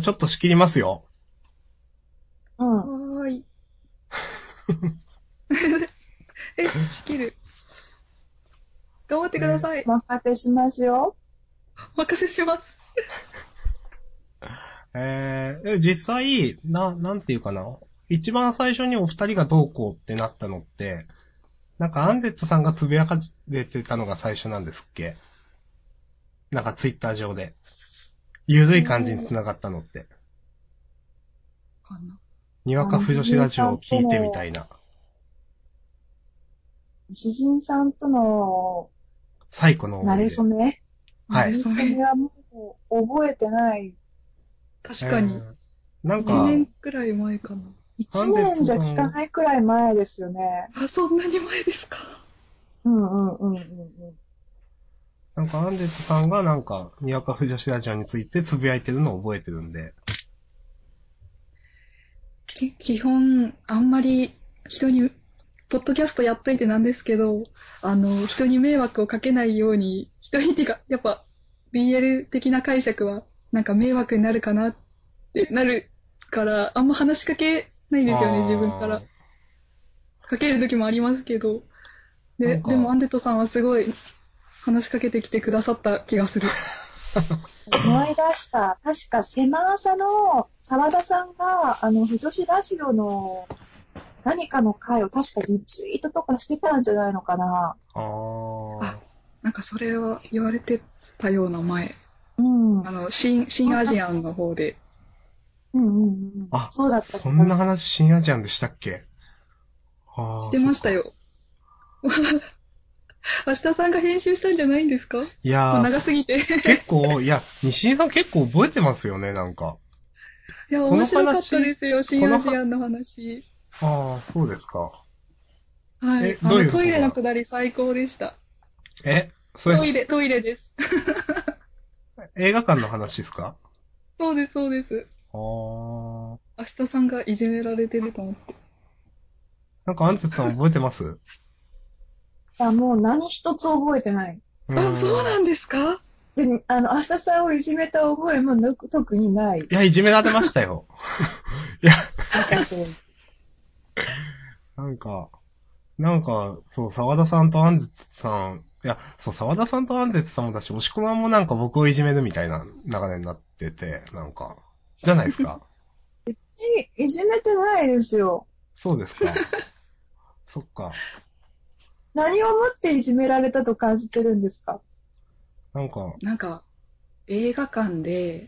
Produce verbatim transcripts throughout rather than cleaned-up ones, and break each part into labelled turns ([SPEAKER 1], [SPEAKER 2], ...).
[SPEAKER 1] ちょっと仕切りますよ。
[SPEAKER 2] うん。
[SPEAKER 3] はーい。え、仕切る。頑張ってください。
[SPEAKER 2] お任せしますよ。
[SPEAKER 3] お任せします。
[SPEAKER 1] えー、実際、な、なんていうかな。一番最初にお二人がどうこうってなったのって、なんかアンデッドさんがつぶやかれてたのが最初なんですっけ？なんかツイッター上で。ゆるい感じに繋がったのって。
[SPEAKER 3] かな。
[SPEAKER 1] にわかふ女子ラジオを聞いてみたいな。
[SPEAKER 2] 詩人さんとの、
[SPEAKER 1] 最古の思い出。
[SPEAKER 2] 慣れ初め
[SPEAKER 1] はい。
[SPEAKER 2] 慣れ初めはもう覚えてない。
[SPEAKER 3] 確かに。
[SPEAKER 1] えー、なんか、
[SPEAKER 3] いちねんくらい前かな。
[SPEAKER 2] いちねんじゃ聞かないくらい前ですよね。
[SPEAKER 3] あ、そんなに前ですか。
[SPEAKER 2] うんうんうんうんうん。
[SPEAKER 1] なんかアンデッドさんがなんか、にわかふ女子ラジオについてつぶやいてるのを覚えてるんで。
[SPEAKER 3] 基本、あんまり人に、ポッドキャストやっといてなんですけど、あの、人に迷惑をかけないように、人にてか、やっぱ、ビーエル 的な解釈は、なんか迷惑になるかなってなるから、あんま話しかけないんですよね、自分から。かける時もありますけど。で、でもアンデットさんはすごい話しかけてきてくださった気がする。
[SPEAKER 2] 思い出した。確か、セマーサの沢田さんが、あの、不女子ラジオの何かの回を確かリツイートとかしてたんじゃないのかな。
[SPEAKER 1] ああ。
[SPEAKER 3] なんかそれは言われてたような前。
[SPEAKER 2] うん。
[SPEAKER 3] あの、新、新アジアンの方で。
[SPEAKER 2] うんうんうん。
[SPEAKER 1] あ、
[SPEAKER 2] そうだった。
[SPEAKER 1] そんな話新アジアンでしたっけ？あ
[SPEAKER 3] してましたよ。明日さんが編集したんじゃないんですか？
[SPEAKER 1] いやー、
[SPEAKER 3] 長すぎて。
[SPEAKER 1] 結構、いや、西井さん結構覚えてますよね、なんか。
[SPEAKER 3] いや、面白かったですよ、新アジアンの話。
[SPEAKER 1] ああ、そうですか。
[SPEAKER 3] はい。
[SPEAKER 1] え、どういうとこが
[SPEAKER 3] あの、トイレのくだり最高でした。
[SPEAKER 1] え、それ、
[SPEAKER 3] トイレ、トイレです。
[SPEAKER 1] 映画館の話ですか？
[SPEAKER 3] そうです、そうです。
[SPEAKER 1] ああ。
[SPEAKER 3] 明日さんがいじめられてると思って。
[SPEAKER 1] なんか、アンツさん覚えてます？
[SPEAKER 2] いや、もう何一つ覚えてない。
[SPEAKER 3] あ、そうなんですか？
[SPEAKER 2] で、あの、明日さんをいじめた覚えも特にない。い
[SPEAKER 1] や、いじめられましたよ。いや、
[SPEAKER 2] なんかそう。
[SPEAKER 1] なんか、なんか、そう、沢田さんとアンデツさん、いや、そう、沢田さんとアンデツさんもだし、押し込まんもなんか僕をいじめるみたいな流れになってて、なんか、じゃないですか。
[SPEAKER 2] 別にいじめてないですよ。
[SPEAKER 1] そうですか。そっか。
[SPEAKER 2] 何をもっていじめられたと感じてるんですか？
[SPEAKER 1] なんか、
[SPEAKER 3] なんか、映画館で、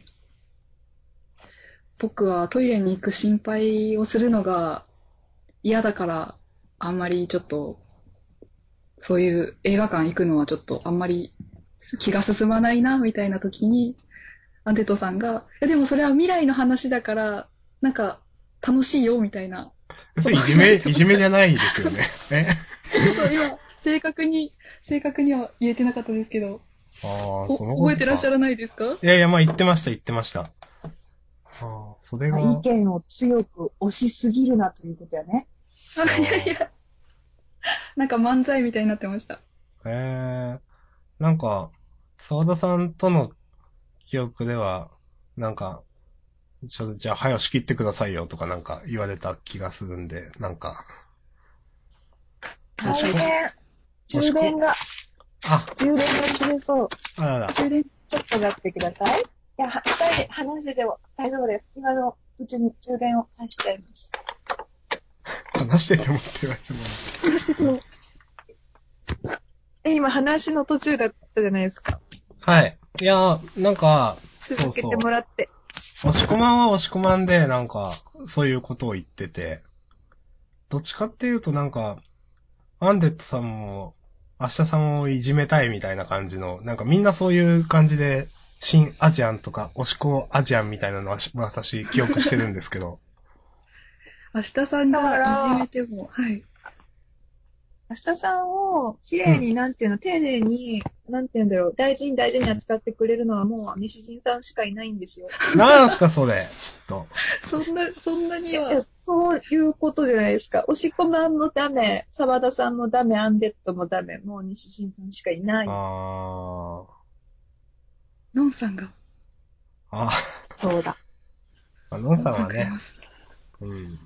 [SPEAKER 3] 僕はトイレに行く心配をするのが嫌だから、あんまりちょっと、そういう映画館行くのはちょっとあんまり気が進まないな、みたいな時に、アンテトさんが、え、でもそれは未来の話だから、なんか、楽しいよ、みたいな。
[SPEAKER 1] それいじめ、いじめじゃないですよね。え
[SPEAKER 3] ちょっと今、正確に、正確には言えてなかったですけど、
[SPEAKER 1] ああ、その
[SPEAKER 3] 覚えてらっしゃらないですか？
[SPEAKER 1] いやいや、まあ言ってました、言ってました。ああ、それが。
[SPEAKER 2] 意見を強く押しすぎるなということやね。
[SPEAKER 3] あ、いやいや。なんか漫才みたいになってました。
[SPEAKER 1] へえ。なんか、沢田さんとの記憶では、なんか、ちょ、じゃあ、早く仕切ってくださいよとかなんか言われた気がするんで、なんか。
[SPEAKER 2] 大変。充電が、
[SPEAKER 1] あ、
[SPEAKER 2] 充電が切れそう。
[SPEAKER 1] あらら。
[SPEAKER 2] 充電ちょっと待ってください。いや、二人で話してても大丈夫です。今のうちに充電をさしちゃいます。
[SPEAKER 1] 話しててもって言われても。
[SPEAKER 2] 話してても。え、今話の途中だったじゃないですか。
[SPEAKER 1] はい。いや、なんか、
[SPEAKER 2] 続けてもらって。
[SPEAKER 1] 押し込まんは押し込まんで、なんか、そういうことを言ってて、どっちかっていうとなんか、アンデッドさんも、明日さんをいじめたいみたいな感じの、なんかみんなそういう感じで、新アジアンとか、押し子アジアンみたいなのは私、記憶してるんですけど。
[SPEAKER 3] 明日さんがいじめても、はい。
[SPEAKER 2] 明日さんを綺麗に、なんていうの、うん、丁寧に、なんていうんだろう、大事に大事に扱ってくれるのはもう西陣さんしかいないんですよ。
[SPEAKER 1] なんすかそれ、ちょっ
[SPEAKER 3] と。そんな、そんなには。
[SPEAKER 2] そういうことじゃないですか。押し込まんもダメ、沢田さんもダメ、アンデッドもダメ、もう西陣さんしかいない。
[SPEAKER 1] あー。
[SPEAKER 3] ノンさんが。
[SPEAKER 1] あ
[SPEAKER 2] そうだ。
[SPEAKER 1] あのんさんはね
[SPEAKER 3] わかりま、す。
[SPEAKER 1] うん。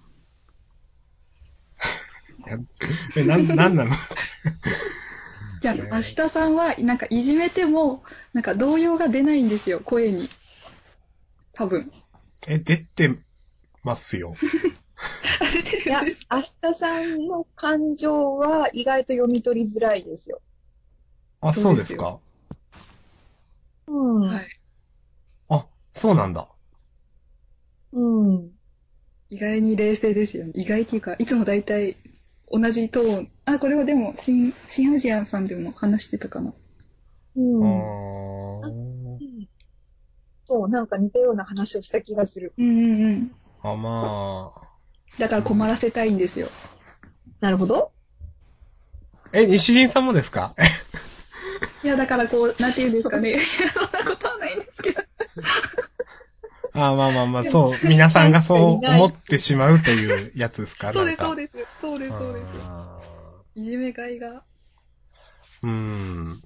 [SPEAKER 1] え、なん、なんなの
[SPEAKER 3] じゃあ、明日さんは、なんかいじめても、なんか動揺が出ないんですよ、声に。多分。
[SPEAKER 1] え、出てますよ。
[SPEAKER 3] あ、出て
[SPEAKER 2] いや、
[SPEAKER 3] るんです。
[SPEAKER 2] 明日さんの感情は意外と読み取りづらいですよ。
[SPEAKER 1] あ、
[SPEAKER 3] そうでよ
[SPEAKER 1] そうですすか。
[SPEAKER 2] うん。
[SPEAKER 3] はい。
[SPEAKER 1] あ、そうなんだ。
[SPEAKER 2] うん。
[SPEAKER 3] 意外に冷静ですよね。意外っていうか、いつも大体同じトーン。あ、これはでも、新、新アジアンさんでも話してたかな。
[SPEAKER 1] う
[SPEAKER 2] うん。
[SPEAKER 1] ーん。
[SPEAKER 2] そう、なんか似たような話をした気がする。
[SPEAKER 3] うんうんうん。
[SPEAKER 1] あ、まあ。
[SPEAKER 3] だから困らせたいんですよ。
[SPEAKER 2] なるほど。
[SPEAKER 1] え、西陣さんもですか
[SPEAKER 3] いや、だからこう、なんていうんですかね。いや、そんなことはないんですけど。
[SPEAKER 1] あ、まあまあまあ、そう、皆さんがそう思ってしまうというやつですか
[SPEAKER 3] そうです、そう
[SPEAKER 1] です。
[SPEAKER 3] です。そうです、そうです。
[SPEAKER 1] あ
[SPEAKER 3] いじめがいが。
[SPEAKER 1] ーうーん。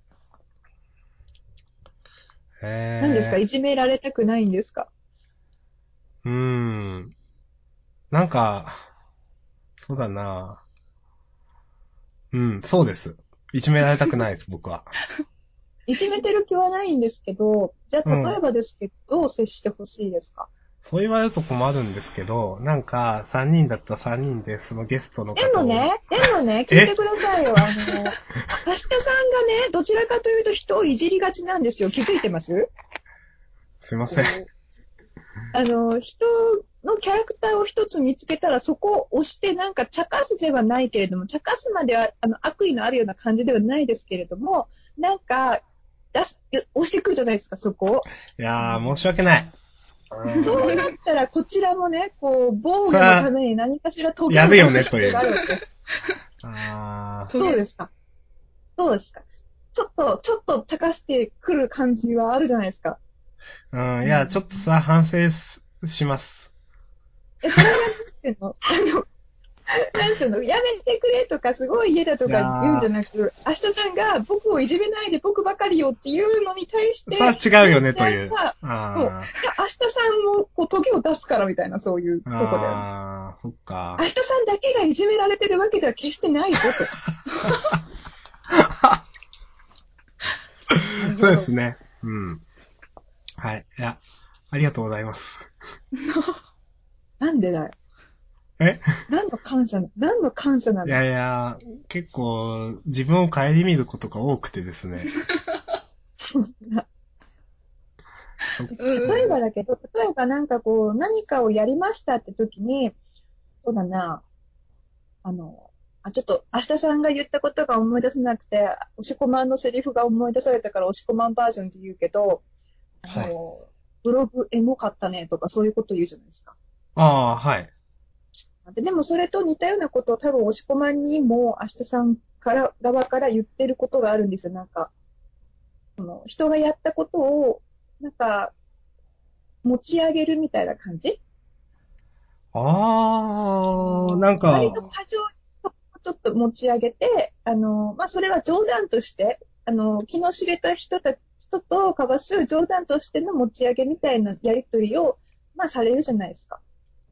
[SPEAKER 1] へ
[SPEAKER 2] 何ですか？
[SPEAKER 1] え。
[SPEAKER 2] いじめられたくないんですか？
[SPEAKER 1] うーん。なんか、そうだな。うん、そうです。いじめられたくないです、僕は。
[SPEAKER 2] いじめてる気はないんですけど、じゃあ
[SPEAKER 1] うん
[SPEAKER 2] 例えばですけど、どう接してほしいですか？
[SPEAKER 1] そう言われると困るんですけど、なんか、三人だったら三人で、そのゲストの
[SPEAKER 2] で
[SPEAKER 1] 方を。
[SPEAKER 2] もね、でもね、聞いてくださいよ。あの、明日さんがね、どちらかというと人をいじりがちなんですよ。気づいてます？
[SPEAKER 1] すいません。
[SPEAKER 2] あの、人のキャラクターを一つ見つけたら、そこを押してなんか茶化すではないけれども、茶化すまではあの悪意のあるような感じではないですけれども、なんか、出す、押してくるじゃないですか、そこを。
[SPEAKER 1] いやー、申し訳ない。
[SPEAKER 2] そうなったら、こちらもね、こう、防御のために何かしら飛び
[SPEAKER 1] やるよねという
[SPEAKER 2] があるわけ。
[SPEAKER 1] あー。
[SPEAKER 2] どうですか？どうですか？ちょっと、ちょっと茶化してくる感じはあるじゃないですか。
[SPEAKER 1] うん、いや、ちょっとさ、反省すします。
[SPEAKER 2] え、それが、なんていうのあの、なんていうのやめてくれとか、すごい嫌だとか言うんじゃなく、明日さんが僕をいじめないで僕ばかりよっていうのに対して、
[SPEAKER 1] さあ違うよねという。
[SPEAKER 2] なんかそう。いや、
[SPEAKER 1] あ
[SPEAKER 2] 明日さんもこう時を出すからみたいな、そういうと
[SPEAKER 1] ー。
[SPEAKER 2] こだよね。
[SPEAKER 1] あー、そっか
[SPEAKER 2] 明。日さんだけがいじめられてるわけでは決してないぞと。
[SPEAKER 1] そうですね。うん。はい。いや、ありがとうございます。
[SPEAKER 2] なんでだよ。
[SPEAKER 1] え
[SPEAKER 2] 何の感謝な、何の感謝ないの？
[SPEAKER 1] やいや、結構、自分を顧みることが多くてですね。
[SPEAKER 2] そんな
[SPEAKER 3] うん
[SPEAKER 2] 例えばだけど、例えばなんかこう、何かをやりましたって時に、そうだな、あの、あ、ちょっと、明日さんが言ったことが思い出せなくて、押し込まんのセリフが思い出されたから押し込まんバージョンで言うけど、あの、
[SPEAKER 1] はい
[SPEAKER 2] ブログエモかったねとかそういうこと言うじゃないですか。
[SPEAKER 1] ああ、はい。
[SPEAKER 2] ででもそれと似たようなことを多分押し込まんにも明日さんから側から言ってることがあるんですよ。なんか、その人がやったことを、なんか、持ち上げるみたいな感じ
[SPEAKER 1] ああ、なん
[SPEAKER 2] 割と
[SPEAKER 1] か、
[SPEAKER 2] 過剰にちょっと持ち上げて、あの、まあ、それは冗談として、あの、気の知れた人た人と交わす冗談としての持ち上げみたいなやりとりを、まあ、されるじゃないですか。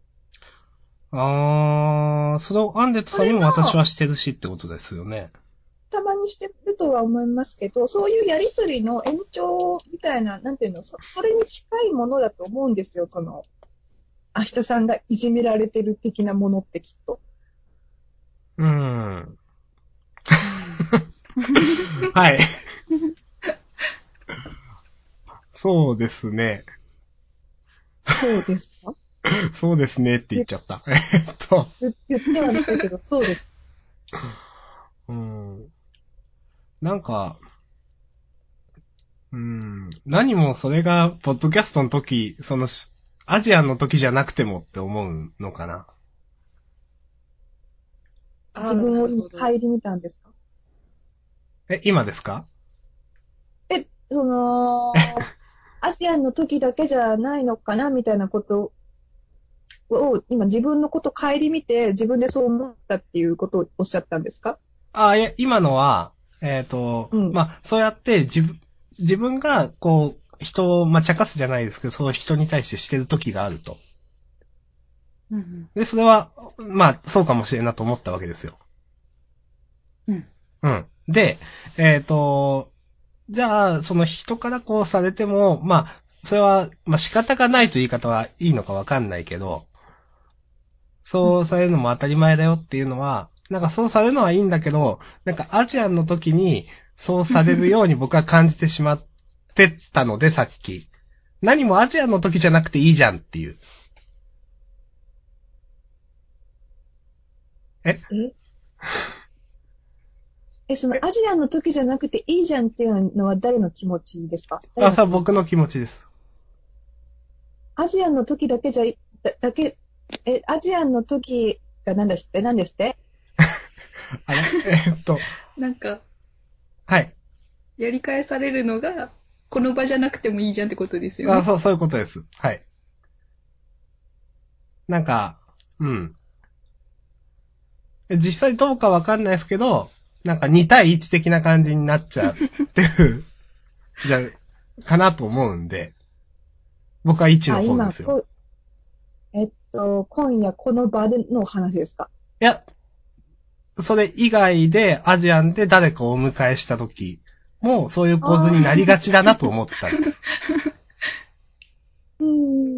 [SPEAKER 1] ああ、それをアンデットさんにも私はしてるしってことですよね。
[SPEAKER 2] たまにしてるとは思いますけど、そういうやりとりの延長みたいな、なんていうの、そそれに近いものだと思うんですよ、その、明日さんがいじめられてる的なものってきっと。
[SPEAKER 1] うーん。はい。そうですね。
[SPEAKER 2] そうですか？
[SPEAKER 1] そうですねって言っちゃった。えっと。
[SPEAKER 2] 言言ってはないけど、そうです。
[SPEAKER 1] うん。なんか、うん。何もそれが、ポッドキャストの時、その、アジアンの時じゃなくてもって思うのかな。
[SPEAKER 3] あー
[SPEAKER 2] 自分を
[SPEAKER 3] なるほど
[SPEAKER 2] 入り見たんですか？
[SPEAKER 1] え、今ですか？
[SPEAKER 2] え、その、アジアンの時だけじゃないのかなみたいなことを、今自分のこと顧みて自分でそう思ったっていうことをおっしゃったんですか？
[SPEAKER 1] あ、いや、今のは、えっと、
[SPEAKER 2] うん
[SPEAKER 1] まあ、そうやって自分、自分が、こう、 人を、まあ、茶化すじゃないですけど、そう人に対してしてる時があると。
[SPEAKER 3] うんうん
[SPEAKER 1] で、それは、まあ、そうかもしれんなと思ったわけですよ。
[SPEAKER 3] うん
[SPEAKER 1] うん。で、えっ、と、じゃあ、その人からこうされても、まあ、それは、まあ仕方がないという言い方はいいのかわかんないけど、そうされるのも当たり前だよっていうのは、なんかそうされるのはいいんだけど、なんかアジアンの時にそうされるように僕は感じてしまってたので、さっき。何もアジアンの時じゃなくていいじゃんっていう。え
[SPEAKER 2] ええ、そのアジアの時じゃなくていいじゃんっていうのは誰の気持ちですか？
[SPEAKER 1] あ、さ、僕の気持ちです。
[SPEAKER 2] アジアの時だけじゃい、だだけ、え、アジアの時が何ですって何ですって
[SPEAKER 1] あれえーっと、
[SPEAKER 3] なんか、
[SPEAKER 1] はい。
[SPEAKER 3] やり返されるのが、この場じゃなくてもいいじゃんってことですよ
[SPEAKER 1] あ、
[SPEAKER 3] ね。
[SPEAKER 1] そう、そういうことです。はい。なんか、うん。実際どうかわかんないですけど、なんかに対いち的な感じになっちゃってる、じゃ、かなと思うんで、僕はいちの
[SPEAKER 2] あ、今
[SPEAKER 1] 方ですよ。
[SPEAKER 2] こ、えっと、今夜この場での話ですか？
[SPEAKER 1] いや、それ以外でアジアンで誰かをお迎えした時も、そういう構図になりがちだなと思ったんです。
[SPEAKER 2] うん、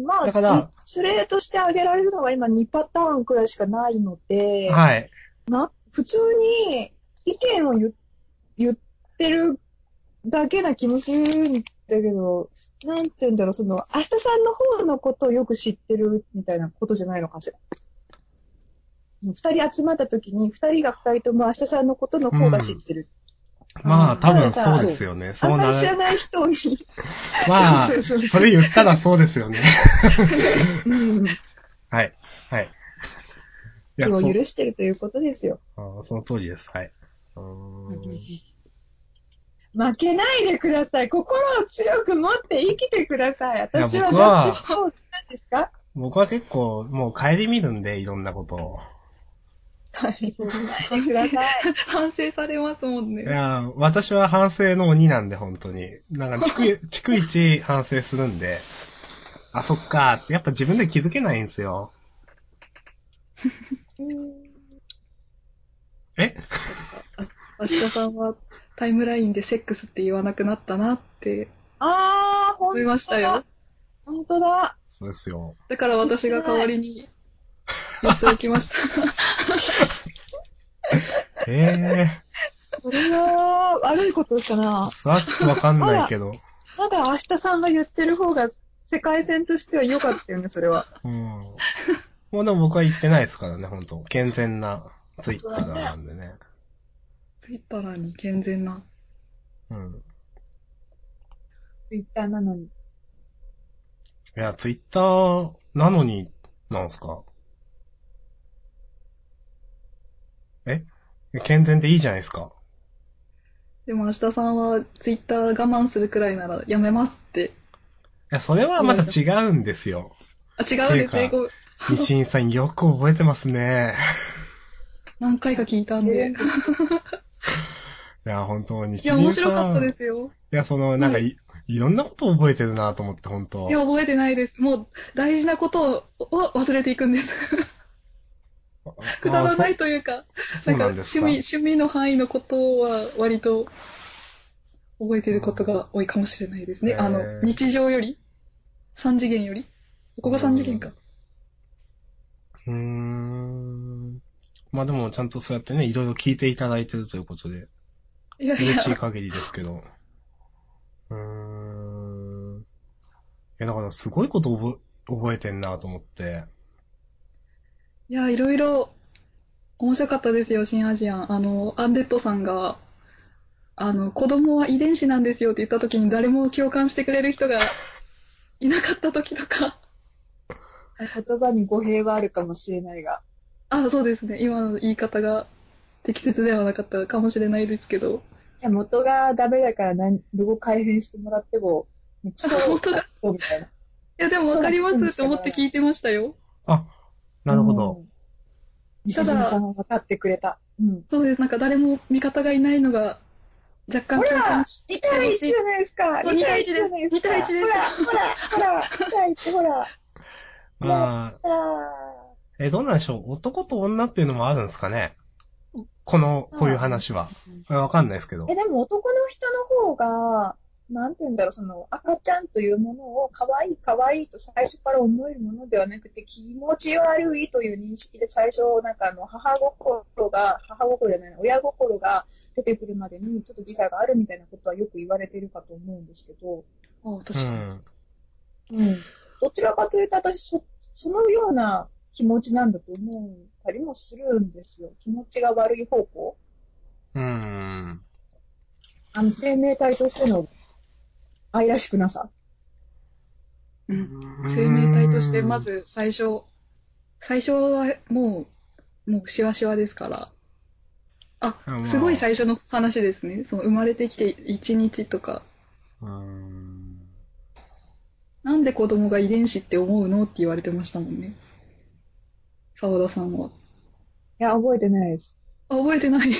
[SPEAKER 2] まあ、
[SPEAKER 1] だから
[SPEAKER 2] 実例として挙げられるのは今にパターンくらいしかないので、
[SPEAKER 1] はい。
[SPEAKER 2] な、普通に意見を言、言ってるだけな気もするんだけど、なんて言うんだろう、その、明日さんの方のことをよく知ってるみたいなことじゃないのかしら。二人集まった時に、二人が二人とも明日さんのことの方が知ってる。
[SPEAKER 1] まあ、多分
[SPEAKER 2] だからさ
[SPEAKER 1] そうですよね。
[SPEAKER 2] あ
[SPEAKER 1] そうんなる。
[SPEAKER 2] まり知らない人に、
[SPEAKER 1] まあ、
[SPEAKER 2] そうそうそう
[SPEAKER 1] それ言ったらそうですよね。
[SPEAKER 2] うん、
[SPEAKER 1] はい。はい。いや、
[SPEAKER 2] 気を
[SPEAKER 1] そう
[SPEAKER 2] 許してるということですよ。
[SPEAKER 1] あーその通りです。はい。うーん
[SPEAKER 2] 負けないでください。心を強く持って生きてください。私はジ
[SPEAKER 1] 僕は
[SPEAKER 2] ャスティストークなんですか？
[SPEAKER 1] 僕は結構、もう帰り見るんで、いろんなことを。
[SPEAKER 2] はい。しないで
[SPEAKER 3] 反省
[SPEAKER 2] ください。
[SPEAKER 3] 反省されますもん
[SPEAKER 1] い
[SPEAKER 3] ね。
[SPEAKER 1] やー、私は反省の鬼なんで、本当に。なんか、逐、逐一反省するんで、あ、そっかーって、やっぱ自分で気づけないんですよ。え
[SPEAKER 3] あ明日さんはタイムラインでセックスって言わなくなったなって
[SPEAKER 2] あー、ほん
[SPEAKER 3] 思いましたよ。
[SPEAKER 2] ほんとだ。
[SPEAKER 1] そうですよ。
[SPEAKER 3] だから私が代わりに言っておきました。
[SPEAKER 1] え
[SPEAKER 2] それは悪いことかな
[SPEAKER 1] ー、。それはちょっとわかんないけど。
[SPEAKER 2] まだ明日さんが言ってる方が世界線としては良かったよね、それは。
[SPEAKER 1] うん。もうでも僕は言ってないですからね、本当健全なツイッターなんでね。
[SPEAKER 3] ツイッターに健全な。
[SPEAKER 1] うん。
[SPEAKER 2] ツイッターなのに。
[SPEAKER 1] いや、ツイッターなのに、なんすかえ健全でいいじゃないですか。
[SPEAKER 3] でも明日さんはツイッター我慢するくらいならやめますって。
[SPEAKER 1] いや、それはまた違うんですよ。
[SPEAKER 3] あ、違うんですね。
[SPEAKER 1] っていうか
[SPEAKER 3] ごめん
[SPEAKER 1] 西井さんよく覚えてますね。
[SPEAKER 3] 何回か聞いたんで。
[SPEAKER 1] いや、本当に
[SPEAKER 3] いや、面白かったですよ。
[SPEAKER 1] いや、その、なんかい、いろんなことを覚えてるなと思って、本当
[SPEAKER 3] いや、覚えてないです。もう大事なことを忘れていくんです。くだらないというか、
[SPEAKER 1] そうなんですか。
[SPEAKER 3] 趣味、趣味の範囲のことは割と覚えてることが多いかもしれないですね。
[SPEAKER 1] へー
[SPEAKER 3] あの、日常よりさん次元よりここさん次元か。
[SPEAKER 1] うーん。まあでも、ちゃんとそうやってね、いろいろ聞いていただいてるということで、
[SPEAKER 3] いやい
[SPEAKER 1] 嬉しい
[SPEAKER 3] や、
[SPEAKER 1] 限りですけど。うーん。いや、だからすごいこと覚え、覚えてんなと思って。
[SPEAKER 3] いや、いろいろ面白かったですよ、新アジアン。あの、アンデッドさんが、あの、子供は遺伝子なんですよって言った時に誰も共感してくれる人がいなかった時とか。
[SPEAKER 2] 言葉に語弊はあるかもしれないが。
[SPEAKER 3] あ、そうですね。今の言い方が適切ではなかったかもしれないですけど。
[SPEAKER 2] いや、元がダメだから何、どこ改変してもらっても、そう、
[SPEAKER 3] 本当だ。
[SPEAKER 2] そうみたいな。
[SPEAKER 3] いや、でも分かりますって思って聞いてましたよ。
[SPEAKER 1] あ、なるほど。
[SPEAKER 2] うん。西島さんは分かってくれた。うん。
[SPEAKER 3] そうです。なんか誰も味方がいないのが若干
[SPEAKER 2] ほら
[SPEAKER 3] 共感し
[SPEAKER 2] に対いちじゃないですか。
[SPEAKER 3] そう
[SPEAKER 2] に対いちじゃないですか。
[SPEAKER 3] に対いちです
[SPEAKER 2] ほら、ほら、ほら、に対いち、ほら。
[SPEAKER 1] まあ、
[SPEAKER 2] あー
[SPEAKER 1] え、どうなんでしょう。男と女っていうのもあるんですかね。この、こういう話は。わかんないですけど
[SPEAKER 2] え、。でも男の人の方が、なんて言うんだろう、その赤ちゃんというものを可愛い可愛いと最初から思えるものではなくて、気持ち悪いという認識で最初、なんかあの、母心が、母心じゃないな、親心が出てくるまでにちょっと時差があるみたいなことはよく言われてるかと思うんですけど、
[SPEAKER 3] ああ、確かに。
[SPEAKER 1] うん。
[SPEAKER 2] うん。どちらかというと私、そ、そのような気持ちなんだと思ったりもするんですよ。気持ちが悪い方向。
[SPEAKER 1] うーん。
[SPEAKER 2] あの、生命体としての愛らしくなさ。
[SPEAKER 3] うん。生命体としてまず最初、最初はもう、もうシワシワですから。あ
[SPEAKER 1] まあ、
[SPEAKER 3] すごい最初の話ですね。その生まれてきていちにちとか、
[SPEAKER 1] うーん。
[SPEAKER 3] なんで子供が遺伝子って思うのって言われてましたもんね。澤田さんは。
[SPEAKER 2] いや、覚えてないです。
[SPEAKER 3] あ、覚えてない。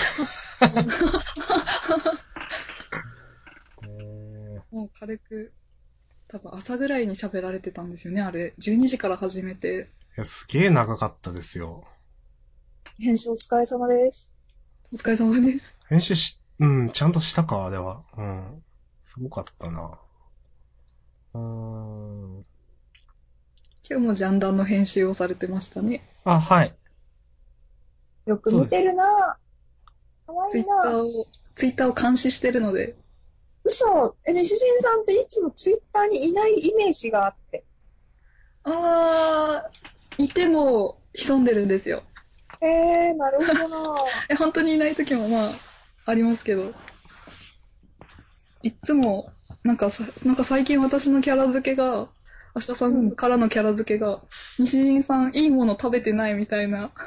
[SPEAKER 1] え
[SPEAKER 3] もう軽く、多分朝ぐらいに喋られてたんですよね、あれ。じゅうにじから始めて。
[SPEAKER 1] ー、いや、すげえ長かったですよ。
[SPEAKER 2] 編集お疲れ様です。
[SPEAKER 3] お疲れ様です。
[SPEAKER 1] 編集し、うん、ちゃんとしたか、あれは。うん。すごかったな。うーん。
[SPEAKER 3] 今日もジャンダンの編集をされてましたね。
[SPEAKER 1] あ、はい。
[SPEAKER 2] よく見てるなぁ。かわ
[SPEAKER 3] ツイ
[SPEAKER 2] いいなぁ。
[SPEAKER 3] ッターを、ツイッターを監視してるので。
[SPEAKER 2] 嘘。え、西陣さんっていつもツイッターにいないイメージがあって。
[SPEAKER 3] あー、いても潜んでるんですよ。
[SPEAKER 2] えー、なるほどなぁ。
[SPEAKER 3] え、本当にいない時もまあ、ありますけど。いっつも、なんかさ、なんか最近私のキャラ付けが、明日さんからのキャラ付けが、西陣さんいいもの食べてないみたいな。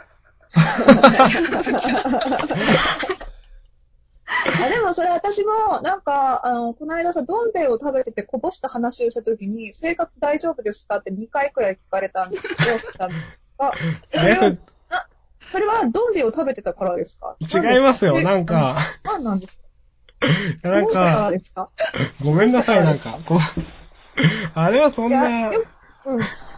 [SPEAKER 2] あ、でもそれ私も、なんか、あの、この間さ、どん兵衛を食べててこぼした話をしたときに、生活大丈夫ですかってにかいくらい聞かれたんですけど、聞いたんですが、えそれは、あ、それはどん兵衛を食べてたからですか？
[SPEAKER 1] 違いますよ、
[SPEAKER 2] え
[SPEAKER 1] なんか。
[SPEAKER 2] 何なんですか？
[SPEAKER 1] なん
[SPEAKER 2] どうしたから
[SPEAKER 1] か、
[SPEAKER 2] ですか？
[SPEAKER 1] ごめんなさい、なんか。こうあれはそん
[SPEAKER 2] いや、
[SPEAKER 1] な、
[SPEAKER 2] ようん。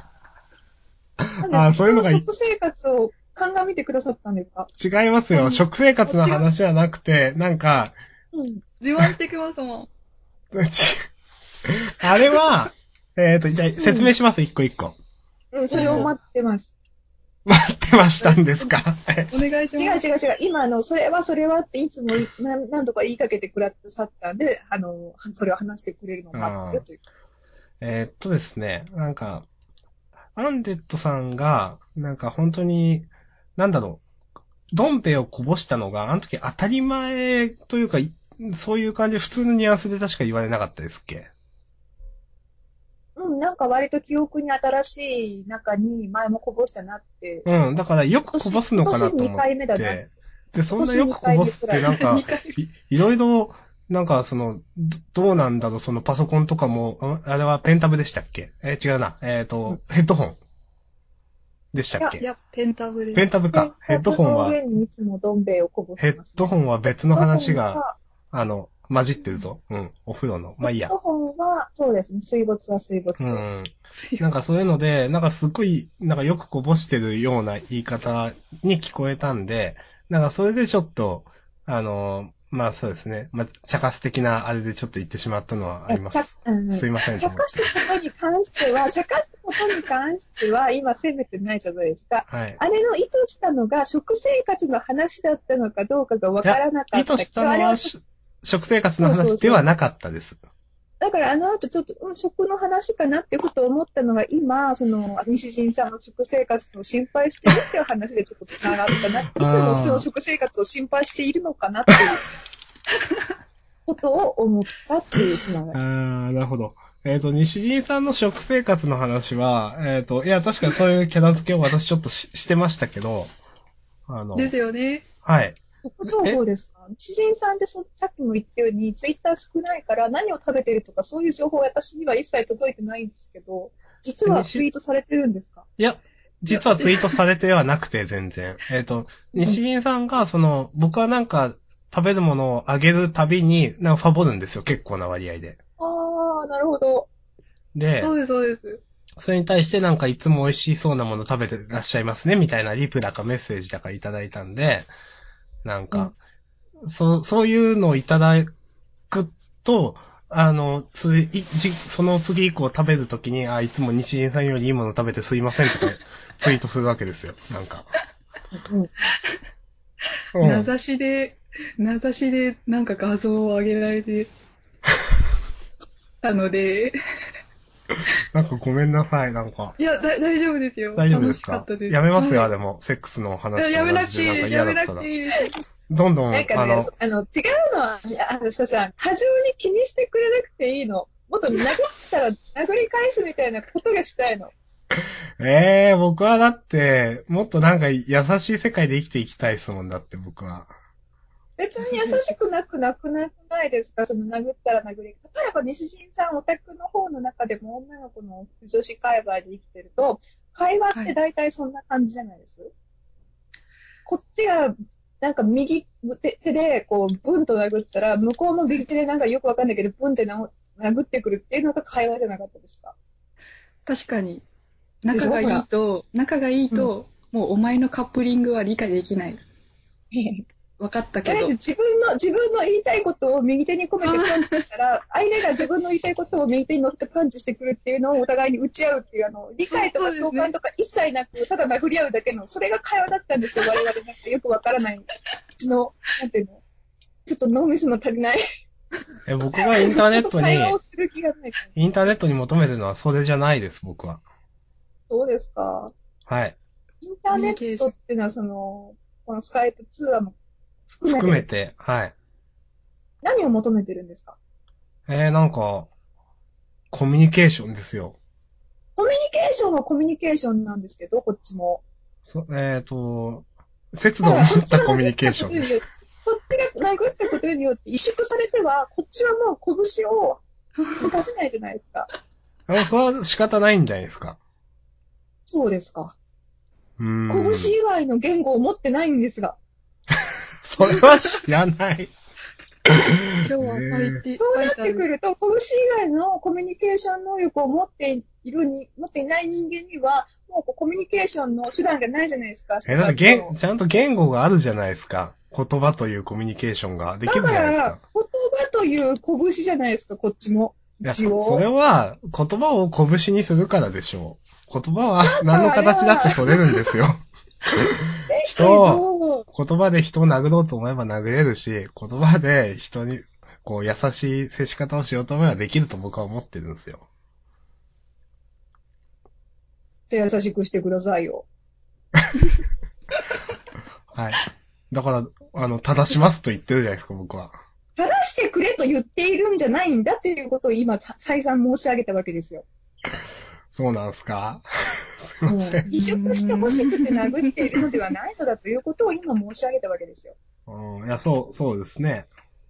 [SPEAKER 1] あ、そういうのがい
[SPEAKER 2] 人の食生活を鑑みてくださったんですか？
[SPEAKER 1] 違いますよ。食生活の話じゃなくて、なんか、
[SPEAKER 2] うん。
[SPEAKER 3] 自慢してきますもん。
[SPEAKER 1] ちあれは、えっと、じゃあ説明します、一個一個。
[SPEAKER 2] うん、それを待ってます。
[SPEAKER 1] 待ってましたんですか？
[SPEAKER 3] お願いし
[SPEAKER 2] 違う
[SPEAKER 3] ます。
[SPEAKER 2] 違う違う。今、あの、それはそれはっていつも何何度か言いかけてくださったんで、あの、それを話してくれるのを待ってるという。
[SPEAKER 1] えーっとですね、なんか、アンデッドさんが、なんか本当に、なんだろう、ドンペをこぼしたのが、あの時当たり前というか、いそういう感じで普通のニュアンスで確か言われなかったですっけ？
[SPEAKER 2] うん、なんか割と記憶に新しい中に前もこぼしたなって。
[SPEAKER 1] うん、だからよくこぼすのかなと思
[SPEAKER 2] 今年にかいめ
[SPEAKER 1] っ
[SPEAKER 2] だな
[SPEAKER 1] て。で、そんなよくこぼすってなんか
[SPEAKER 3] にかい、
[SPEAKER 1] いいろいろ、なんかその、どどうなんだろう、そのパソコンとかも、ああれはペンタブでしたっけ？えー違うな。えっ、と、ヘッドホンでしたっけ？
[SPEAKER 3] いや、ペンタブで。
[SPEAKER 1] ペンタブか。ヘッドホンは、
[SPEAKER 2] の上にいつもどん兵衛をこぼ
[SPEAKER 1] ヘッ
[SPEAKER 2] してます、
[SPEAKER 1] ドホンは別の話が、
[SPEAKER 2] ヘッドホンは
[SPEAKER 1] あの、混じってるぞ。うん。お風呂の。まあいいや
[SPEAKER 2] ヘッド。ホンは、そうですね、水没は水没で。
[SPEAKER 1] うん。なんかそういうので、なんかすごい、なんかよくこぼしてるような言い方に聞こえたんで、なんかそれでちょっと、あの、まあそうですね。まあ、茶化す的なあれでちょっと言ってしまったのはあります。
[SPEAKER 2] うん
[SPEAKER 1] すいません。
[SPEAKER 2] 茶化すことに関しては、茶化すことに関しては、今責めてないじゃないですか。
[SPEAKER 1] はい。
[SPEAKER 2] あれの意図したのが、食生活の話だったのかどうかがわからなか
[SPEAKER 1] 意
[SPEAKER 2] った。
[SPEAKER 1] 図したのは
[SPEAKER 2] あれは
[SPEAKER 1] し食生活の話ではなかったです。
[SPEAKER 2] だからあの後ちょっと、うん、食の話かなってふと思ったのが、今、その、西陣さんの食生活を心配してるっていう話でちょっと繋がったな。いつも人の食生活を心配しているのかなっていうことを思ったっていうつながり。
[SPEAKER 1] あー、なるほど。えっ、と、西陣さんの食生活の話は、えっ、と、いや、確かにそういうキャラ付けを私ちょっとししてましたけど、あの、
[SPEAKER 3] ですよね。
[SPEAKER 1] はい。
[SPEAKER 2] 食情報ですか？西陣さんってそさっきも言ったように、ツイッター少ないから何を食べてるとかそういう情報は私には一切届いてないんですけど、実はツイートされてるんですか？
[SPEAKER 1] いや、実はツイートされてはなくて、全然。えっ、と、西陣さんが、その、僕はなんか、 食べるものをあげるたびに、なんかファボるんですよ、結構な割合で。
[SPEAKER 2] ああ、なるほど。
[SPEAKER 1] で、
[SPEAKER 3] そうです、そうです。
[SPEAKER 1] それに対してなんかいつも美味しそうなもの食べてらっしゃいますね、みたいなリプだかメッセージだかいただいたんで、なんか、そう、そういうのをいただくと、あの、つい、じ、その次以降食べるときに、あ、いつも西陣さんよりいいもの食べてすいませんとかツイートするわけですよ、なんか。
[SPEAKER 2] うん。
[SPEAKER 1] うん。
[SPEAKER 3] 名指しで、名指しでなんか画像を上げられてたので、
[SPEAKER 1] なんかごめんなさい、なんか。
[SPEAKER 3] いや、だ、大丈夫ですよ。
[SPEAKER 1] 大丈夫で
[SPEAKER 3] 楽
[SPEAKER 1] すか？
[SPEAKER 3] しかったです。
[SPEAKER 1] やめますよ、
[SPEAKER 3] はい
[SPEAKER 1] でも、セックスの
[SPEAKER 3] いや
[SPEAKER 1] 話
[SPEAKER 3] やめなく
[SPEAKER 1] と同じで、なんか
[SPEAKER 3] ていいです。やめなく
[SPEAKER 1] 嫌だったら。
[SPEAKER 3] ていいです。
[SPEAKER 1] どんどん、
[SPEAKER 2] なんかね、
[SPEAKER 1] あの、
[SPEAKER 2] あの、違うのは、あの、さ、さ、過剰に気にしてくれなくていいの。もっと殴ったら殴り返すみたいなことがしたいの。
[SPEAKER 1] ええー、僕はだって、もっとなんか優しい世界で生きていきたいですもんだって、僕は。
[SPEAKER 2] 別に優しくなくなくなくないですか？その殴ったら殴り。例えば西陣さんオタクの方の中でも女の子の女子界隈で生きてると、会話って大体そんな感じじゃないです、はい、こっちがなんか右手でこうブンと殴ったら、向こうも右手でなんかよくわかんないけどブンってな殴ってくるっていうのが会話じゃなかったですか？
[SPEAKER 3] 確かに。仲がいいと、仲がいいと、うん、もうお前のカップリングは理解できない。分かったけど。
[SPEAKER 2] とりあえず自分の、自分の言いたいことを右手に込めてパンチしたら、相手が自分の言いたいことを右手に乗せてパンチしてくるっていうのをお互いに打ち合うっていう、あの、理解とか共感とか一切なく、ただ殴り合うだけの、それが会話だったんですよ、我々なんかよくわからない。うちの、なんていうの、ちょっと脳みその足りない。
[SPEAKER 1] え、僕がインターネットに、インターネットに求めてるのはそれじゃないです、僕は。
[SPEAKER 2] そうですか。
[SPEAKER 1] はい。
[SPEAKER 2] インターネットっていうのは、その、このスカイプ通話も含めて。
[SPEAKER 1] 含めて、はい。
[SPEAKER 2] 何を求めてるんですか？
[SPEAKER 1] えー、なんか、コミュニケーションですよ。
[SPEAKER 2] コミュニケーションはコミュニケーションなんですけど、こっちも。
[SPEAKER 1] そえっ、ー、と、節度を持ったコミュニケーションです。
[SPEAKER 2] こっちが殴ったことによって萎縮されては、こっちはもう拳を出せないじゃないですか。
[SPEAKER 1] あの、それは仕方ないんじゃないですか。
[SPEAKER 2] そうですか。
[SPEAKER 1] うーん。
[SPEAKER 2] 拳以外の言語を持ってないんですが。
[SPEAKER 1] それは知らない。
[SPEAKER 3] 今日はファイティ、
[SPEAKER 2] そうなってくると、拳以外のコミュニケーション能力を持っているに、持っていない人間には、もうコミュニケーションの手段がないじゃないですか。
[SPEAKER 1] え、だから言、ちゃんと言語があるじゃないですか。言葉というコミュニケーションができるじゃないですか。だから、
[SPEAKER 2] 言葉という拳じゃないですか、こっちも。
[SPEAKER 1] 一応。いや、それは、言葉を拳にするからでしょう。言葉は何の形だって取れるんですよ。人を、言葉で人を殴ろうと思えば殴れるし、言葉で人に、こう、優しい接し方をしようと思えばできると僕は思ってるんですよ。
[SPEAKER 2] じゃあ優しくしてくださいよ。
[SPEAKER 1] はい。だから、あの、正しますと言ってるじゃないですか、僕は。
[SPEAKER 2] 正してくれと言っているんじゃないんだっていうことを今、再三申し上げたわけですよ。
[SPEAKER 1] そうなんすか？すいません。
[SPEAKER 2] 萎縮してほしくて殴っているのではないのだということを今申し上げたわけですよ。
[SPEAKER 1] うん、いや、そう、そうですね。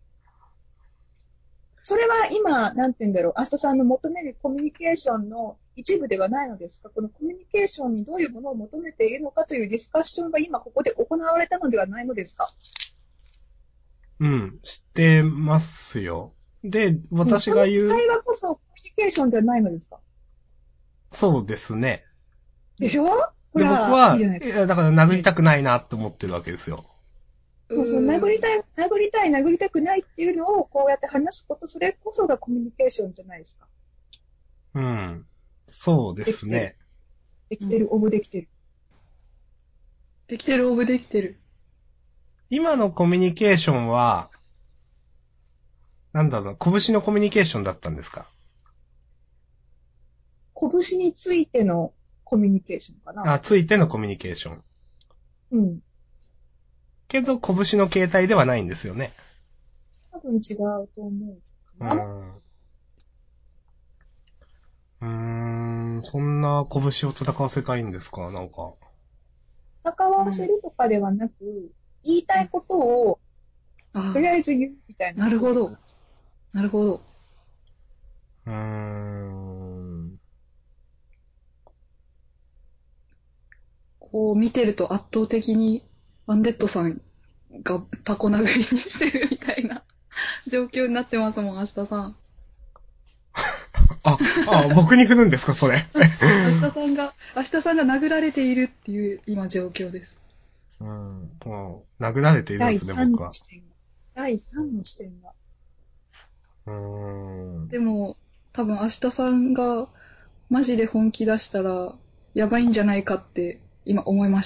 [SPEAKER 2] それは今、なんて言うんだろう、明日さんの求めるコミュニケーションの一部ではないのですか？このコミュニケーションにどういうものを求めているのかというディスカッションが今ここで行われたのではないのですか？
[SPEAKER 1] うん、知ってますよ。で、私が言う。
[SPEAKER 2] 会話こそコミュニケーションではないのですか？
[SPEAKER 1] そうですね。
[SPEAKER 2] でしょ？
[SPEAKER 1] で、僕は、いいいやだから殴りたくないなって思ってるわけですよ。
[SPEAKER 2] もうその殴りたい、殴りたい、殴りたくないっていうのをこうやって話すこと、それこそがコミュニケーションじゃないですか。
[SPEAKER 1] うん。そうですね。
[SPEAKER 2] できてる、オブできてる。
[SPEAKER 3] できてる、オブできてる。
[SPEAKER 1] 今のコミュニケーションは、なんだろう、拳のコミュニケーションだったんですか？
[SPEAKER 2] 拳についてのコミュニケーションかな。
[SPEAKER 1] あ、ついてのコミュニケーション。
[SPEAKER 2] うん。
[SPEAKER 1] けど、拳の形態ではないんですよね。
[SPEAKER 2] 多分違うと思う。
[SPEAKER 1] うーん。うーん、そんな拳を戦わせたいんですか？なんか。
[SPEAKER 2] 戦わせるとかではなく、うん、言いたいことを、とりあえず言うみたいな。
[SPEAKER 3] なるほど。なるほど。
[SPEAKER 1] うーん。
[SPEAKER 3] こう見てると圧倒的にアンデッドさんがタコ殴りにしてるみたいな状況になってますもん、明日さん。
[SPEAKER 1] あ、あ、僕に振るんですか、それ。
[SPEAKER 3] 明日さんが、明日さんが殴られているっていう今状況です。
[SPEAKER 1] うん。もう、殴られているんですね、僕は。
[SPEAKER 2] だいさんの視点が。
[SPEAKER 1] うーん。
[SPEAKER 3] でも、多分明日さんがマジで本気出したら、やばいんじゃないかって今思いました。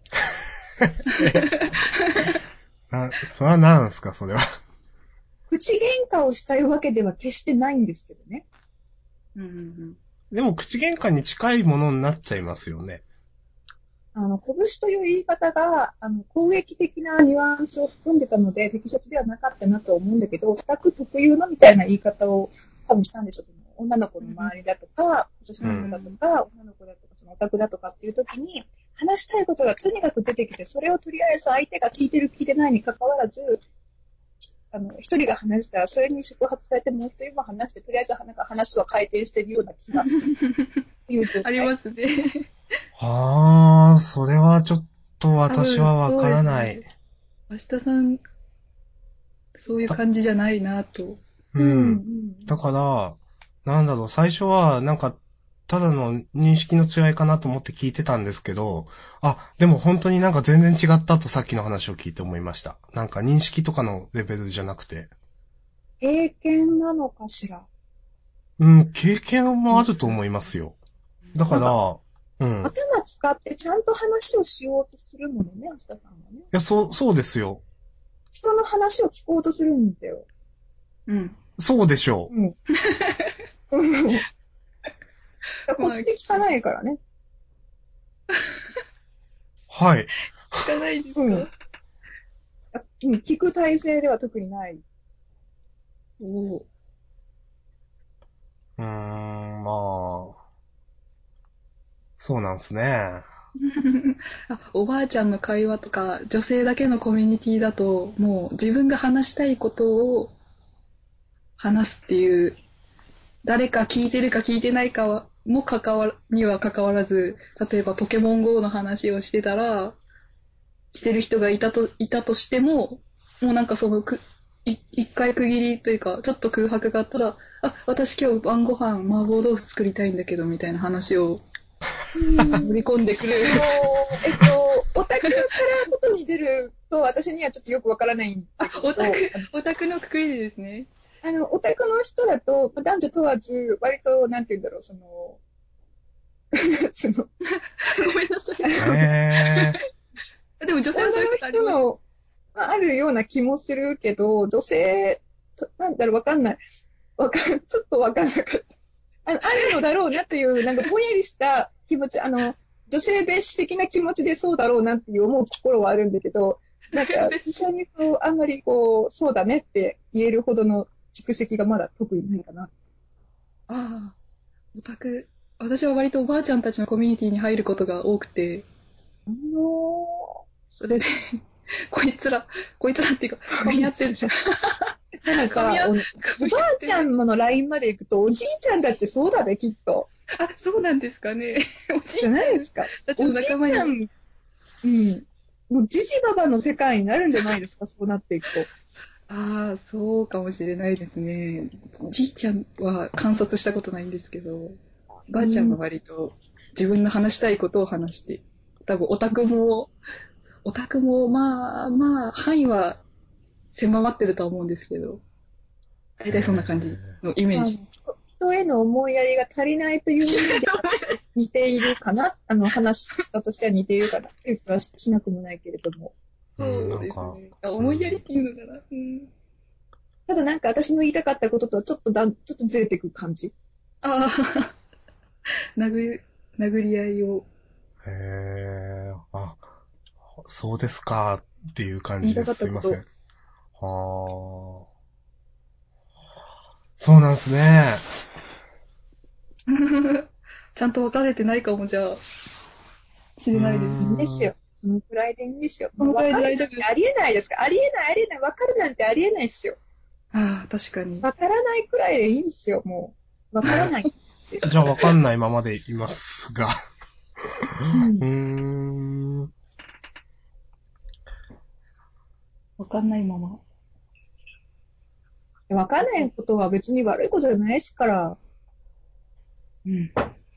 [SPEAKER 1] な、それは何ですか、それは。
[SPEAKER 2] 口喧嘩をしたいわけでは決してないんですけどね。
[SPEAKER 3] うんうんうん。
[SPEAKER 1] でも、口喧嘩に近いものになっちゃいますよね。
[SPEAKER 2] あの、拳という言い方が、あの、攻撃的なニュアンスを含んでたので、適切ではなかったなと思うんだけど、オタク特有のみたいな言い方を多分したんですよ。その女の子の周りだとか、女子の子だとか、女の子だとか、そのオタクだとかっていう時に、話したいことがとにかく出てきて、それをとりあえず相手が聞いてる聞いてないに関わらず、あの、一人が話したら、それに触発されてもう一人も話して、とりあえずなんか話は回転してるような気がする。いう状態。
[SPEAKER 3] ありますね。
[SPEAKER 1] あー、それはちょっと私はわからない。
[SPEAKER 3] ね、明日さん、そういう感じじゃないなと。
[SPEAKER 1] うん。だから、なんだろう、最初は、なんか、ただの認識の違いかなと思って聞いてたんですけど、あ、でも本当になんか全然違ったとさっきの話を聞いて思いました。なんか認識とかのレベルじゃなくて。
[SPEAKER 2] 経験なのかしら。
[SPEAKER 1] うん、経験もあると思いますよ。だから、うん。
[SPEAKER 2] 頭使ってちゃんと話をしようとするものね、明日さんはね。い
[SPEAKER 1] や、そう、そうですよ。
[SPEAKER 2] 人の話を聞こうとするんだよ。
[SPEAKER 3] うん。
[SPEAKER 1] そうでしょう。うん。
[SPEAKER 2] こっち聞かないからね。
[SPEAKER 1] はい。
[SPEAKER 3] 聞かないですか、
[SPEAKER 2] うん、うん、聞く体制では特にない。
[SPEAKER 3] おう
[SPEAKER 1] ーん、まあ。そうなんすね。
[SPEAKER 3] あ、おばあちゃんの会話とか、女性だけのコミュニティだと、もう自分が話したいことを話すっていう、誰か聞いてるか聞いてないかはも関わには関わらず、例えばポケモン ゴー の話をしてたら、してる人がいたと、いたとしても、もうなんかそのく、い一回区切りというか、ちょっと空白があったら、あ、私今日晩ご飯麻婆豆腐作りたいんだけど、みたいな話を盛り込んでくる。
[SPEAKER 2] えっと、オタクから外に出ると私にはちょっとよくわからないんだけど。
[SPEAKER 3] あ、オタク、オタクのくくりでですね。
[SPEAKER 2] あの、オタクの人だと、男女問わず、割と、なんて言うんだろう、その、その、
[SPEAKER 3] ごめんなさい。
[SPEAKER 1] へ
[SPEAKER 3] ー。でも女性はそういうことあります。
[SPEAKER 2] のあるような気もするけど、女性、なんだろう、わかんない。わかん、ちょっとわかんなかった。あの、あるのだろうなっていう、なんかぼんやりした気持ち、あの、女性蔑視的な気持ちでそうだろうなっていう思うところはあるんだけど、なんか、実際にこう、あんまりこう、そうだねって言えるほどの蓄積がまだ特にないかな。あ
[SPEAKER 3] あ、オタク。私は割とおばあちゃんたちのコミュニティに入ることが多くて、
[SPEAKER 2] あの
[SPEAKER 3] それで、こいつら、こいつらっていうか、噛み合ってるじゃん。
[SPEAKER 2] なんか、お、おばあちゃんの ライン まで行くと、おじいちゃんだってそうだべ、きっと。
[SPEAKER 3] あ、そうなんですかね。おじいちゃん。
[SPEAKER 2] じゃないですか。
[SPEAKER 3] たちの仲間に。
[SPEAKER 2] おじいちゃん、うん。もう、じじばばの世界になるんじゃないですか、そうなっていくと。
[SPEAKER 3] ああ、そうかもしれないですね。じいちゃんは観察したことないんですけど、ばあちゃんは割と自分の話したいことを話して、多分オタクも、オタクもまあまあ範囲は狭まってるとは思うんですけど、大体そんな感じのイメージ。
[SPEAKER 2] 人への思いやりが足りないという意味で似ているかなあの話し方としては似ているかなという気はしなくもないけれども。
[SPEAKER 3] そうですね。あ、思いやりっていうのかな。うん、
[SPEAKER 2] ただなんか私の言いたかったこととはちょっとだん、ちょっとずれていく感じ。
[SPEAKER 3] ああ、殴り、殴り合いを。
[SPEAKER 1] へえ、あ、そうですかっていう感じです。すいません。はあ。そうなんですね。
[SPEAKER 3] ちゃんと分かれてないかも、じゃあ。知れないです。い
[SPEAKER 2] いいんですよ。そのくらいでいいんですよ。
[SPEAKER 3] そのくらいで大丈夫
[SPEAKER 2] です。ありえないですかありえない、ありえない。分かるなんてありえないですよ。
[SPEAKER 3] ああ、確かに。
[SPEAKER 2] 分からないくらいでいいんですよ、もう。分からない。
[SPEAKER 1] じゃあ分かんないままでいますが。
[SPEAKER 2] うん、
[SPEAKER 1] うーん。
[SPEAKER 3] わかんないまま。
[SPEAKER 2] わかんないことは別に悪いことじゃないですから。
[SPEAKER 3] うん。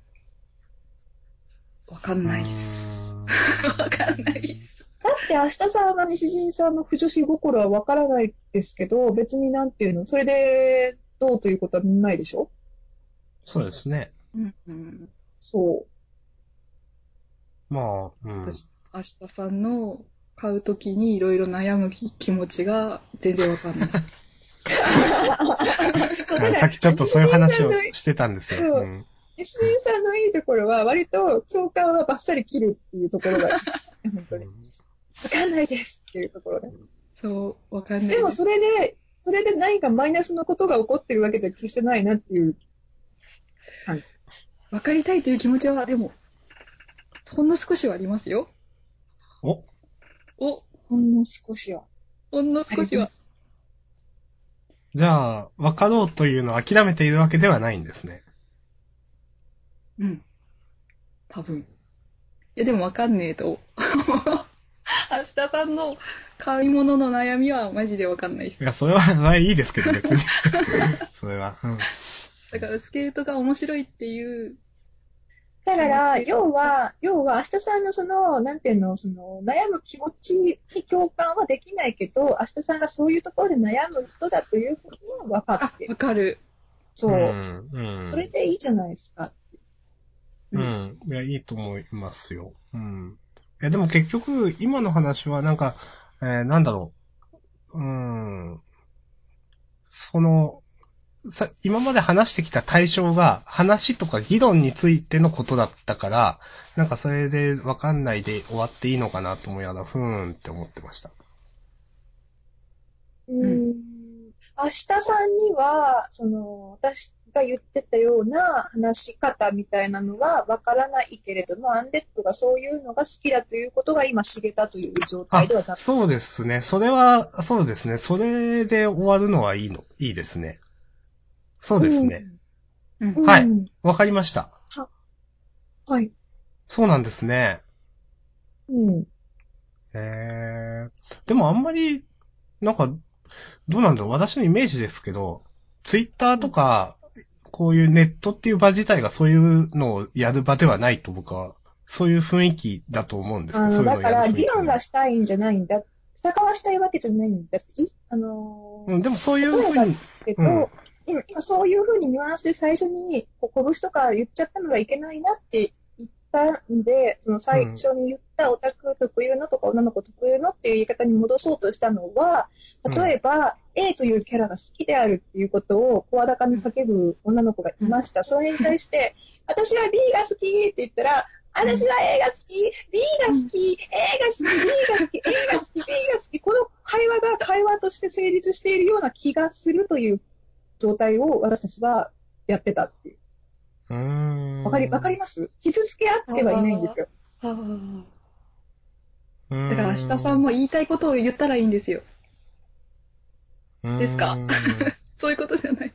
[SPEAKER 3] わかんないっす。わかんないっす。
[SPEAKER 2] だって明日さんが西陣さんの不女子心はわからないですけど、別になんていうの、それでどうということはないでしょ？
[SPEAKER 1] そうですね。
[SPEAKER 3] うんうん。
[SPEAKER 2] そう。
[SPEAKER 1] まあ、うん。
[SPEAKER 3] 私、明日さんの買うときにいろいろ悩む気持ちが全然わかんない。
[SPEAKER 1] さっきちょっとそういう話をしてたんですよ。うん。
[SPEAKER 2] 西陣さんのいいところは割と共感はバッサリ切るっていうところが、本当に。わかんないですっていうところね。
[SPEAKER 3] そう、わかんないです。
[SPEAKER 2] でもそれで、それで何かマイナスのことが起こってるわけでは決してないなっていう感じ。
[SPEAKER 3] わかりたいという気持ちは、でも、ほんの少しはありますよ。
[SPEAKER 1] お
[SPEAKER 3] お
[SPEAKER 2] ほんの少しは。
[SPEAKER 3] ほんの少しは。
[SPEAKER 1] じゃあ、分かろうというのを諦めているわけではないんですね。
[SPEAKER 3] うん。多分。いや、でもわかんねえと。明日さんの買い物の悩みはマジでわかんないです。
[SPEAKER 1] いや、それは、それはいいですけど、別に。それは。うん。
[SPEAKER 3] だから、スケートが面白いっていう。
[SPEAKER 2] だから、要は、要は、明日さんのその、なんていうの、その、悩む気持ちに共感はできないけど、明日さんがそういうところで悩む人だということは分かってる。
[SPEAKER 3] わかる。
[SPEAKER 2] そう。
[SPEAKER 1] うんうん、
[SPEAKER 2] それでいいじゃないですか。
[SPEAKER 1] うん。いや、いいと思いますよ。うん。いや、でも結局、今の話は、なんか、えー、なんだろう。うん。その、さ、今まで話してきた対象が、話とか議論についてのことだったから、なんかそれでわかんないで終わっていいのかなと思いながら、ふーんって思ってました。
[SPEAKER 2] うーん。明日さんには、その、私が言ってたような話し方みたいなのはわからないけれども、アンデッドがそういうのが好きだということが今知れたという状態では
[SPEAKER 1] あ、そうですね。それは、そうですね。それで終わるのはいいの、いいですね。そうですね。
[SPEAKER 3] うん
[SPEAKER 1] うん、はい。わかりました。
[SPEAKER 2] は、はい。
[SPEAKER 1] そうなんですね。
[SPEAKER 2] うん。
[SPEAKER 1] えー、でもあんまり、なんか、どうなんだろう。私のイメージですけど、ツイッターとか、こういうネットっていう場自体がそういうのをやる場ではないと僕は、そういう雰囲気だと思うんですけど、
[SPEAKER 2] あの、
[SPEAKER 1] そういうの
[SPEAKER 2] だから、
[SPEAKER 1] をやる雰囲気。
[SPEAKER 2] 議論がしたいんじゃないんだ。戦わしたいわけじゃないんだ。い、あのー、
[SPEAKER 1] うん、でもそういう
[SPEAKER 2] 例えば
[SPEAKER 1] ふうに、
[SPEAKER 2] けど、
[SPEAKER 1] うん、
[SPEAKER 2] 今、今そういうふうにニュアンスで最初に、こう、拳とか言っちゃったのがいけないなって言ったんで、その最初に言ったオタク特有のとか女の子特有のっていう言い方に戻そうとしたのは、例えば、うん、A というキャラが好きであるっていうことを声高に叫ぶ女の子がいました。それに対して、私は B が好きって言ったら、私は A が好き、B が好き、A が好き、B が好き、A が好き、B が好き、この会話が会話として成立しているような気がするという状態を私たちはやってたっていう。
[SPEAKER 1] うーん。
[SPEAKER 2] わかり、わかります？傷つけ合ってはいないんですよ。
[SPEAKER 3] はあ、だから明日さんも言いたいことを言ったらいいんですよ。ですか？そういうことじゃない。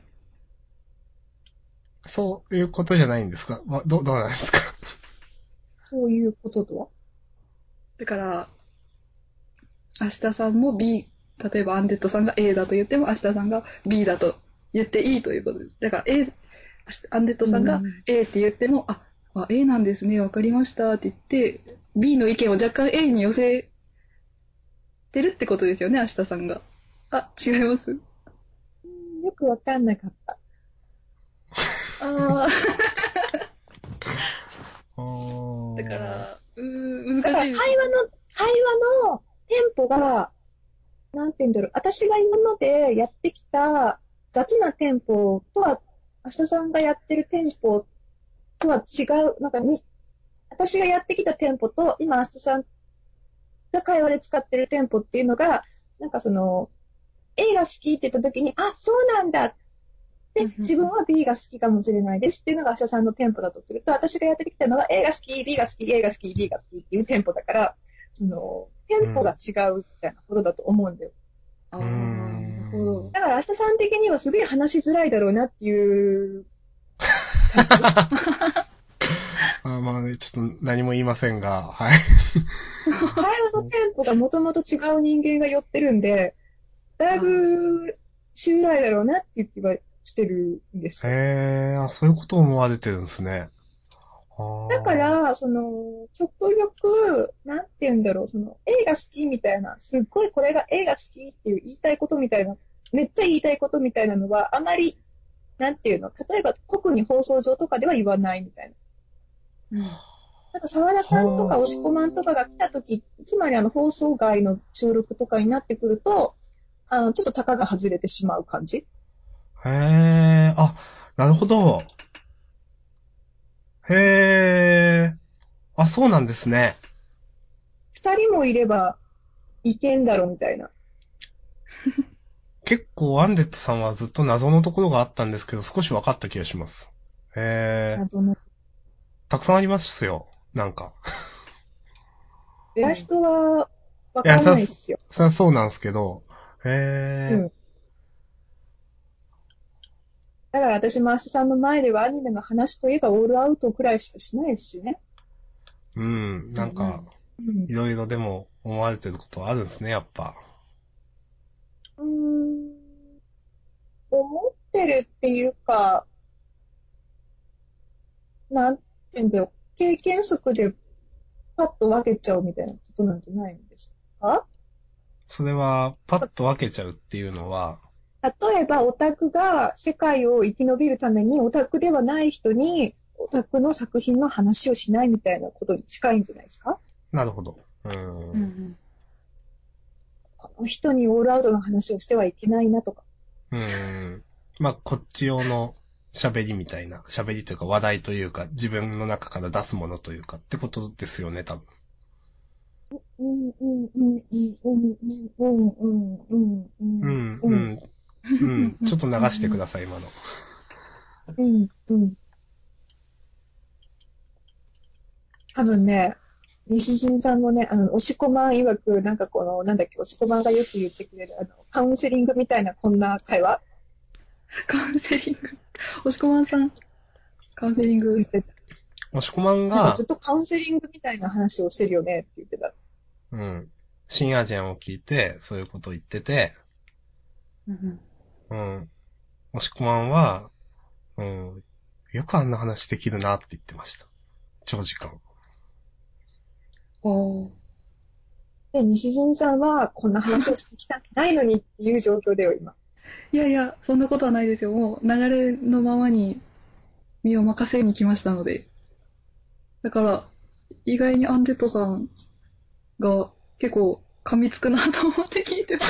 [SPEAKER 1] そういうことじゃないんですか？ま、ど、どうなんですか？
[SPEAKER 2] そういうこととは？
[SPEAKER 3] だから、明日さんも B、例えばアンデッドさんが A だと言っても、明日さんが B だと言っていいということです。だから A、アンデッドさんが A って言っても、あ、あ、A なんですね、わかりましたって言って、B の意見を若干 A に寄せてるってことですよね、明日さんが。あ、違います？
[SPEAKER 2] よくわかんなかった。
[SPEAKER 3] あ
[SPEAKER 1] あ。
[SPEAKER 3] だから、うーん、難しいです。
[SPEAKER 2] 会話の、会話のテンポが、なんて言うんだろう、私が今までやってきた雑なテンポとは、明日さんがやってるテンポとは違う、なんかに、私がやってきたテンポと、今明日さんが会話で使ってるテンポっていうのが、なんかその、A が好きって言った時に、あ、そうなんだ。で、自分は B が好きかもしれないですっていうのが明日さんのテンポだとすると、私がやってきたのは A が好き、B が好き、A が好き、B が好きっていうテンポだから、その、テンポが違うみたいなことだと思うんだよ。
[SPEAKER 3] うん、ああ、なるほど。
[SPEAKER 2] だから明日さん的にはすごい話しづらいだろうなっていう。
[SPEAKER 1] あまあね、ちょっと何も言いませんが、はい。
[SPEAKER 2] 会話のテンポがもともと違う人間が寄ってるんで、だいぶしづらいだろうなっていう気はしてるんですよ。
[SPEAKER 1] へー、あ、そういうことを思われてるんですね。あ
[SPEAKER 2] だか
[SPEAKER 1] ー、
[SPEAKER 2] ら、その、極力、なんて言うんだろう、その、映画好きみたいな、すっごいこれが映画好きっていう言いたいことみたいな、めっちゃ言いたいことみたいなのは、あまり、なんていうの、例えば特に放送上とかでは言わないみたいな。
[SPEAKER 3] うん。
[SPEAKER 2] ただ、沢田さんとか押し込まんとかが来たとき、つまりあの放送外の収録とかになってくると、あの、ちょっと高が外れてしまう感じ。
[SPEAKER 1] へー、あ、なるほど。へー、あ、そうなんですね。
[SPEAKER 2] 二人もいればいけんだろみたいな。
[SPEAKER 1] 結構アンデッドさんはずっと謎のところがあったんですけど、少し分かった気がします。へー、
[SPEAKER 2] 謎の。
[SPEAKER 1] たくさんありますよ。なんか。
[SPEAKER 2] 出ら人はわ
[SPEAKER 1] いや、
[SPEAKER 2] から
[SPEAKER 1] さ、
[SPEAKER 2] ないですよ。
[SPEAKER 1] さ、そうなんですけど。へー、
[SPEAKER 2] うん。だから私、マースさんの前ではアニメの話といえばオールアウトくらいしかしないですしね。
[SPEAKER 1] うん、なんか、
[SPEAKER 2] うん
[SPEAKER 1] いろいろでも思われてることはあるんですね、やっぱ。
[SPEAKER 2] うーん。思ってるっていうか、なんて言うんだろう。経験則でパッと分けちゃうみたいなことなんじゃないんですか？
[SPEAKER 1] それは、パッと分けちゃうっていうのは、
[SPEAKER 2] 例えば、オタクが世界を生き延びるために、オタクではない人に、オタクの作品の話をしないみたいなことに近いんじゃないですか？
[SPEAKER 1] なるほど。うー
[SPEAKER 3] うんうんん。
[SPEAKER 2] この人にオールアウトの話をしてはいけないなとか。
[SPEAKER 1] うーん。まあ、こっち用の喋りみたいな、喋りというか話題というか、自分の中から出すものというかってことですよね、多分。
[SPEAKER 2] うんうんうんうんうんうんうんうんう
[SPEAKER 1] うんん、うん、うん。ちょっと流してください、今の。
[SPEAKER 2] うんうん多分ね、西陣さんもね、あの、押し込まん曰く、なんかこの、なんだっけ、押し込まんがよく言ってくれる、あの、カウンセリングみたいなこんな会話
[SPEAKER 3] カウンセリング。押し込まんさん、カウンセリング。
[SPEAKER 2] 言ってた。
[SPEAKER 1] 押し込まんが
[SPEAKER 2] なんかずっ、とカウンセリングみたいな話をしてるよねって言ってた。
[SPEAKER 1] うん。新アジアンを聞いて、そういうことを言ってて、
[SPEAKER 3] うんうん。
[SPEAKER 1] うん。押し込まんは、うん。よくあんな話できるなって言ってました。長時間。
[SPEAKER 3] おー。
[SPEAKER 2] で、西陣さんは、こんな話をしてきたんじゃないのにっていう状況だよ、今。
[SPEAKER 3] いやいや、そんなことはないですよ。もう流れのままに身を任せに来ましたので。だから、意外にアンデッドさんが結構噛みつくなと思って聞いてます。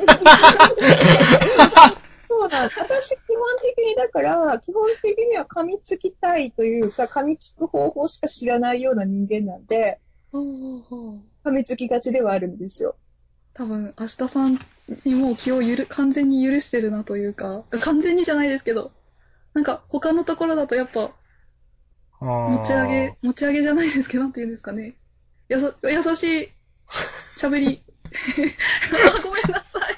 [SPEAKER 2] そうなん私、基本的にだから、基本的には噛みつきたいというか、噛みつく方法しか知らないような人間なんで、
[SPEAKER 3] ほうほうほう。
[SPEAKER 2] 噛みつきがちではあるんですよ。
[SPEAKER 3] 多分、明日さんにもう気をゆる、完全に許してるなというか、完全にじゃないですけど、なんか他のところだとやっぱ持ち上げ、持ち上げじゃないですけど、なんて言うんですかね。やさ、優しい喋り。あ、ごめんなさい。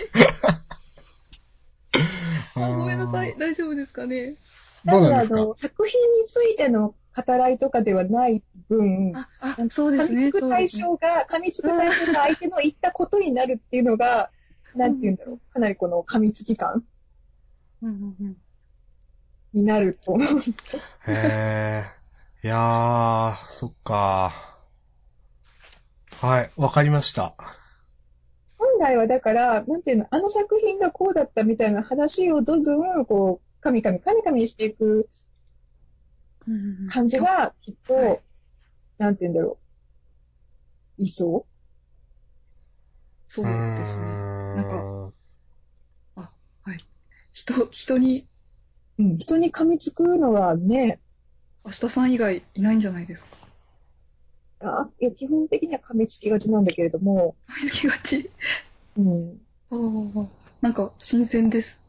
[SPEAKER 3] あ、ごめんなさい。大丈夫ですかね。
[SPEAKER 1] どうなんですか？
[SPEAKER 2] だから、あの、作品についての語らいとかではない分、
[SPEAKER 3] あ、あ、そうですね。
[SPEAKER 2] 噛みつく対
[SPEAKER 3] そうですね。
[SPEAKER 2] 象が、噛みつく対象が相手の言ったことになるっていうのが、なんて言うんだろう。かなりこの噛みつき感
[SPEAKER 3] うんうんうん。
[SPEAKER 2] になると思う。
[SPEAKER 1] へー。いやー、そっか。はい、わかりました。
[SPEAKER 2] 本来はだから、なんていうの、あの作品がこうだったみたいな話をどんどん、こう、カミカミ、カミカミにしていく
[SPEAKER 3] うんうんうん。
[SPEAKER 2] 感じが、きっと、
[SPEAKER 3] はい
[SPEAKER 2] なんて言うんだろう。理想
[SPEAKER 3] そう
[SPEAKER 1] うー
[SPEAKER 3] ですね。なんか、
[SPEAKER 1] ん。
[SPEAKER 3] あ、はい。人、人に、
[SPEAKER 2] うん。人に噛みつくのはね、
[SPEAKER 3] 明日さん以外いないんじゃないですか。
[SPEAKER 2] あ、いや、基本的には噛みつきがちなんだけれども、
[SPEAKER 3] 気がち。
[SPEAKER 2] うん。
[SPEAKER 3] ああ、なんか新鮮です。